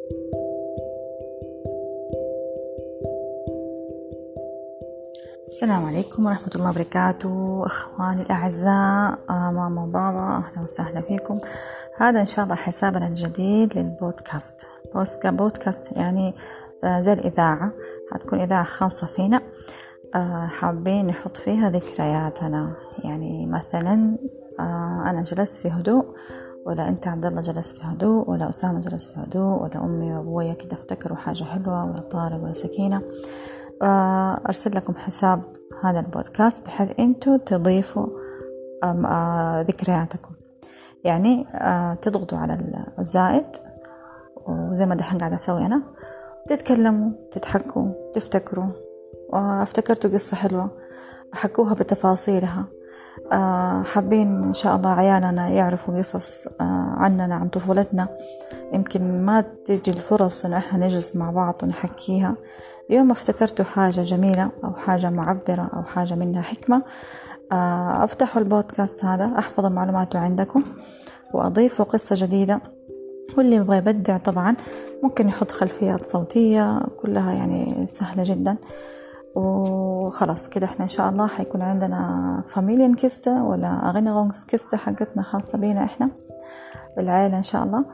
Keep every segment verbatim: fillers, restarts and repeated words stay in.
السلام عليكم ورحمة الله وبركاته. أخواني الأعزاء، آه ماما وبابا، أهلا وسهلا فيكم. هذا إن شاء الله حسابنا الجديد للبودكاست. بودكاست يعني آه زي الإذاعة، هتكون إذاعة خاصة فينا. آه حابين نحط فيها ذكرياتنا، يعني مثلا آه أنا جلست في هدوء، ولا أنت عبد الله جلس في هدوء، ولا أسامة جلس في هدوء، ولا أمي وأبويا كده افتكروا حاجة حلوة، ولا طارق ولا سكينة. أرسل لكم حساب هذا البودكاست بحيث أنتوا تضيفوا ذكرياتكم، يعني تضغطوا على الزائد، وزي ما دحين قاعدة أسوي أنا، تتكلموا، تضحكوا، تفتكروا. افتكرتوا قصة حلوة حكوها بتفاصيلها. حابين إن شاء الله عيالنا يعرفوا قصص عننا، عن طفولتنا. يمكن ما تيجي الفرص إنه إحنا نجلس مع بعض ونحكيها. يوم افتكرتوا حاجة جميلة أو حاجة معبرة أو حاجة منها حكمة، أفتحوا البودكاست هذا، أحفظ معلوماته عندكم وأضيفوا قصة جديدة. واللي يبغى يبدع طبعا ممكن يحط خلفيات صوتية، كلها يعني سهلة جدا. وخلاص كده احنا ان شاء الله حيكون عندنا فاميليان كيستا ولا اغينغونغس كيستا حقتنا خاصة بينا احنا بالعائلة ان شاء الله.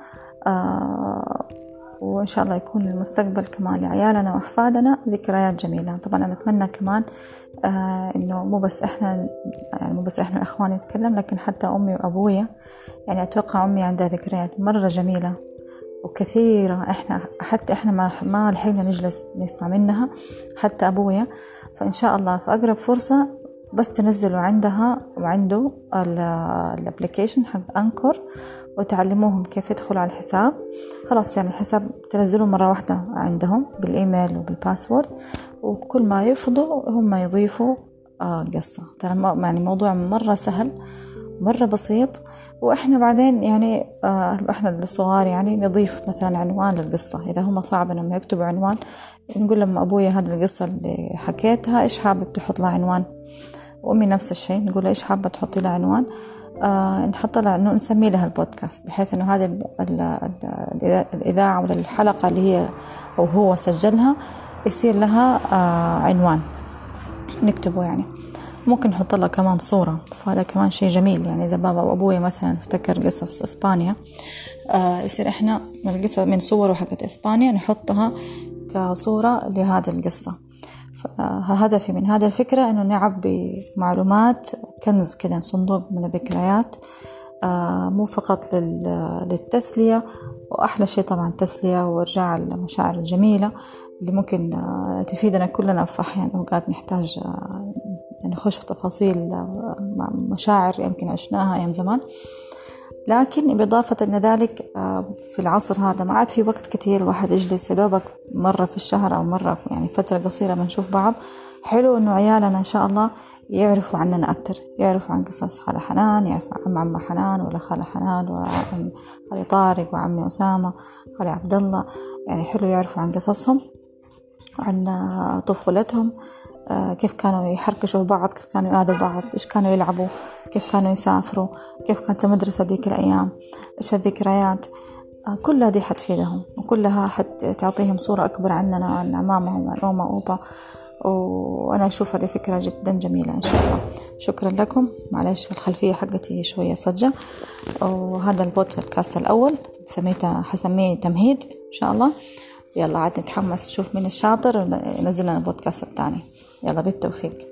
آه وإن شاء الله يكون المستقبل كمان لعيالنا وأحفادنا ذكريات جميلة. طبعا أنا أتمنى كمان آه إنه مو بس إحنا، يعني مو بس إحنا الأخوان نتكلم، لكن حتى أمي وأبويا. يعني أتوقع أمي عندها ذكريات مرة جميلة وكثيرة، إحنا حتى إحنا ما ما لحقنا نجلس نسمع منها، حتى أبويا. فإن شاء الله في أقرب فرصة بس تنزلوا عندها وعنده الابليكيشن حق أنكور وتعلموهم كيف يدخلوا على الحساب. خلاص يعني الحساب تنزلوا مرة واحدة عندهم بالإيميل وبالباسورد، وكل ما يفضوا هم يضيفوا آه قصة. ترى يعني موضوع مرة سهل، مرة بسيط. وإحنا بعدين يعني آه إحنا الصغار يعني نضيف مثلا عنوان للقصة. إذا هم صعب إنهم يكتبوا عنوان، نقول لهم أبويا هذه القصة اللي حكيتها إيش حابب تحط لها عنوان، وأمي نفس الشيء نقول إيش حابة تحطي لها عنوان. آه نحط لها إنه نسمي لها البودكاست، بحيث إنه هذه الإذاعة ولا الحلقة اللي هي أو هو سجلها يصير لها آه عنوان نكتبه. يعني ممكن نحط لها كمان صورة، فهذا كمان شيء جميل. يعني إذا بابا وأبويا مثلا افتكر قصص إسبانيا، آه يصير إحنا القصة من صور حقت إسبانيا نحطها كصورة لهذه القصة. فهدفي من هذا الفكرة إنه نعبي معلومات، كنز كده، صندوق من الذكريات، آه مو فقط للتسلية، وأحلى شيء طبعا التسلية وإرجاع المشاعر الجميلة اللي ممكن آه تفيدنا كلنا في أحيان أوقات نحتاج آه يعني نخش في تفاصيل آه مشاعر يمكن عشناها أيام زمان. لكن بإضافة أن ذلك في العصر هذا ما عاد في وقت كتير الواحد يجلس، يدوبك مرة في الشهر أو مرة يعني فترة قصيرة بنشوف بعض. حلو أنه عيالنا إن شاء الله يعرفوا عننا أكتر، يعرفوا عن قصص خالة حنان، يعرفوا عن عم حنان ولا خالة حنان وعم خالي طارق وعمي أسامة خالي عبد الله. يعني حلو يعرفوا عن قصصهم وعن طفولتهم، كيف كانوا يحركشوا بعض، كيف كانوا يؤذوا بعض، إيش كانوا يلعبوا، كيف كانوا يسافروا، كيف كانت المدرسة ديك الأيام، إيش الذكريات. كلها دي حتفيدهم، وكلها حتعطيهم صورة أكبر عننا وعن عمامهم وعن أمه وأبا. وأنا أشوف هذه فكرة جدا جميلة إن شاء الله. شكرا لكم. معلش الخلفية حقتي شوية صجة. وهذا البودكاست الأول سميته حسميه تمهيد إن شاء الله. يلا عاد نتحمس نشوف من الشاطر ونزل لنا البودكاست الثاني. يلا بالتوفيق.